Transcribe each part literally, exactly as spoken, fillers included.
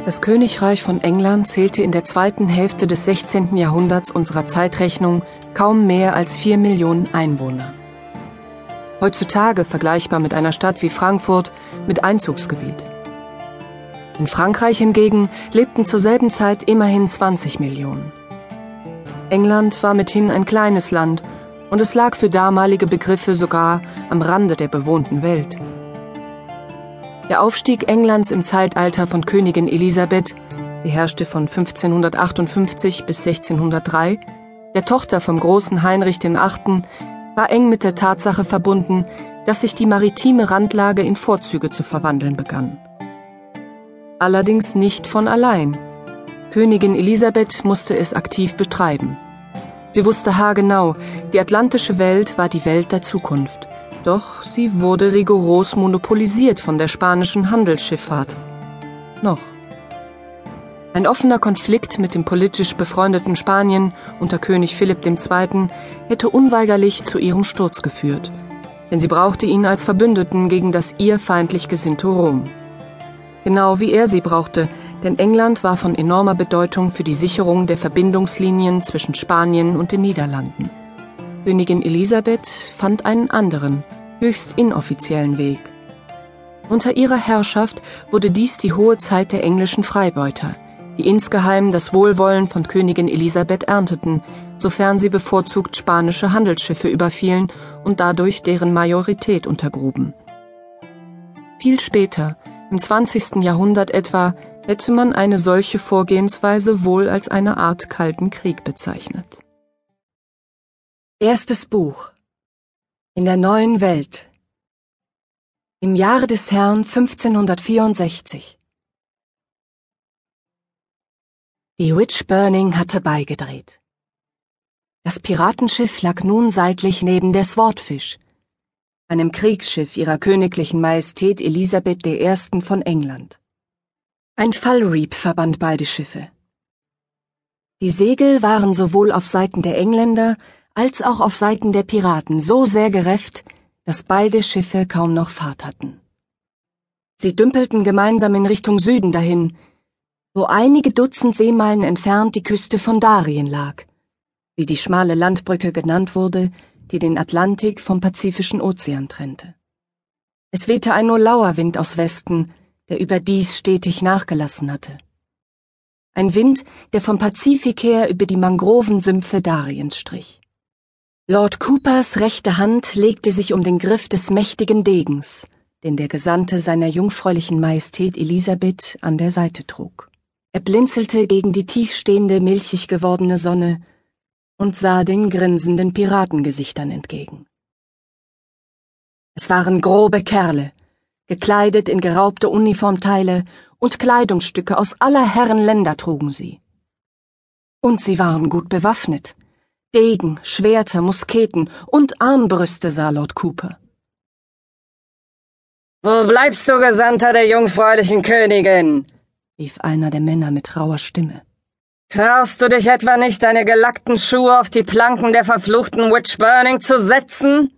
Das Königreich von England zählte in der zweiten Hälfte des sechzehnten Jahrhunderts unserer Zeitrechnung kaum mehr als vier Millionen Einwohner. Heutzutage vergleichbar mit einer Stadt wie Frankfurt mit Einzugsgebiet. In Frankreich hingegen lebten zur selben Zeit immerhin zwanzig Millionen. England war mithin ein kleines Land und es lag für damalige Begriffe sogar am Rande der bewohnten Welt. Der Aufstieg Englands im Zeitalter von Königin Elisabeth, sie herrschte von fünfzehnhundertachtundfünfzig bis sechzehnhundertdrei, der Tochter vom großen Heinrich der Achte, war eng mit der Tatsache verbunden, dass sich die maritime Randlage in Vorzüge zu verwandeln begann. Allerdings nicht von allein. Königin Elisabeth musste es aktiv betreiben. Sie wusste haargenau, die atlantische Welt war die Welt der Zukunft. Doch sie wurde rigoros monopolisiert von der spanischen Handelsschifffahrt. Noch. Ein offener Konflikt mit dem politisch befreundeten Spanien unter König Philipp der Zweite. hätte unweigerlich zu ihrem Sturz geführt, denn sie brauchte ihn als Verbündeten gegen das ihr feindlich gesinnte Rom. Genau wie er sie brauchte, denn England war von enormer Bedeutung für die Sicherung der Verbindungslinien zwischen Spanien und den Niederlanden. Königin Elisabeth fand einen anderen, höchst inoffiziellen Weg. Unter ihrer Herrschaft wurde dies die hohe Zeit der englischen Freibeuter, die insgeheim das Wohlwollen von Königin Elisabeth ernteten, sofern sie bevorzugt spanische Handelsschiffe überfielen und dadurch deren Majorität untergruben. Viel später, im zwanzigsten Jahrhundert etwa, hätte man eine solche Vorgehensweise wohl als eine Art Kalten Krieg bezeichnet. Erstes Buch. In der neuen Welt. Im Jahre des Herrn fünfzehnhundertvierundsechzig. Die Witch Burning hatte beigedreht. Das Piratenschiff lag nun seitlich neben der Swordfish, einem Kriegsschiff ihrer königlichen Majestät Elisabeth der Erste von England. Ein Fallreep verband beide Schiffe. Die Segel waren sowohl auf Seiten der Engländer als auch auf Seiten der Piraten so sehr gerefft, dass beide Schiffe kaum noch Fahrt hatten. Sie dümpelten gemeinsam in Richtung Süden dahin, wo einige Dutzend Seemeilen entfernt die Küste von Darien lag, wie die schmale Landbrücke genannt wurde, die den Atlantik vom Pazifischen Ozean trennte. Es wehte ein nur lauer Wind aus Westen, der überdies stetig nachgelassen hatte. Ein Wind, der vom Pazifik her über die Mangrovensümpfe Dariens strich. Lord Coopers rechte Hand legte sich um den Griff des mächtigen Degens, den der Gesandte seiner jungfräulichen Majestät Elisabeth an der Seite trug. Er blinzelte gegen die tiefstehende, milchig gewordene Sonne und sah den grinsenden Piratengesichtern entgegen. Es waren grobe Kerle, gekleidet in geraubte Uniformteile und Kleidungsstücke aus aller Herren Länder trugen sie. Und sie waren gut bewaffnet. Degen, Schwerter, Musketen und Armbrüste sah Lord Cooper. »Wo bleibst du, Gesandter der jungfräulichen Königin?« rief einer der Männer mit rauer Stimme. »Traust du dich etwa nicht, deine gelackten Schuhe auf die Planken der verfluchten Witch Burning zu setzen?«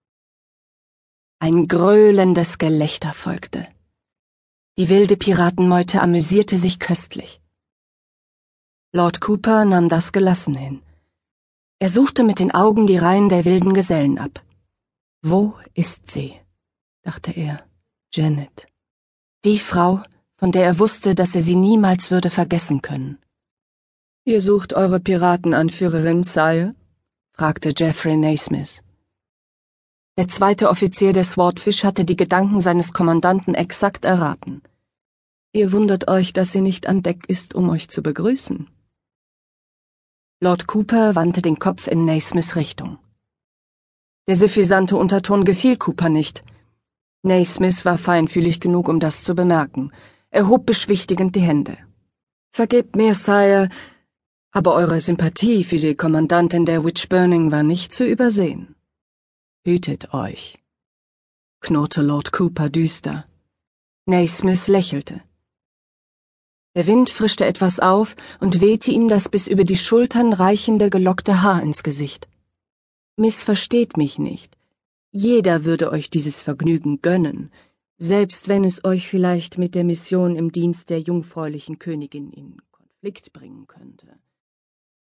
Ein gröhlendes Gelächter folgte. Die wilde Piratenmeute amüsierte sich köstlich. Lord Cooper nahm das gelassen hin. Er suchte mit den Augen die Reihen der wilden Gesellen ab. »Wo ist sie?« dachte er. »Janet. Die Frau, von der er wusste, dass er sie niemals würde vergessen können.« »Ihr sucht eure Piratenanführerin, Sire?« fragte Geoffrey Naismith. Der zweite Offizier der Swordfish hatte die Gedanken seines Kommandanten exakt erraten. »Ihr wundert euch, dass sie nicht an Deck ist, um euch zu begrüßen.« Lord Cooper wandte den Kopf in Naismiths Richtung. Der suffisante Unterton gefiel Cooper nicht. Naismith war feinfühlig genug, um das zu bemerken. Er hob beschwichtigend die Hände. »Vergebt mir, Sire, aber eure Sympathie für die Kommandantin der Witch Burning war nicht zu übersehen.« »Hütet euch«, knurrte Lord Cooper düster. Naismith lächelte. Der Wind frischte etwas auf und wehte ihm das bis über die Schultern reichende gelockte Haar ins Gesicht. »Missversteht mich nicht. Jeder würde euch dieses Vergnügen gönnen. selbst wenn es euch vielleicht mit der Mission im Dienst der jungfräulichen Königin in Konflikt bringen könnte.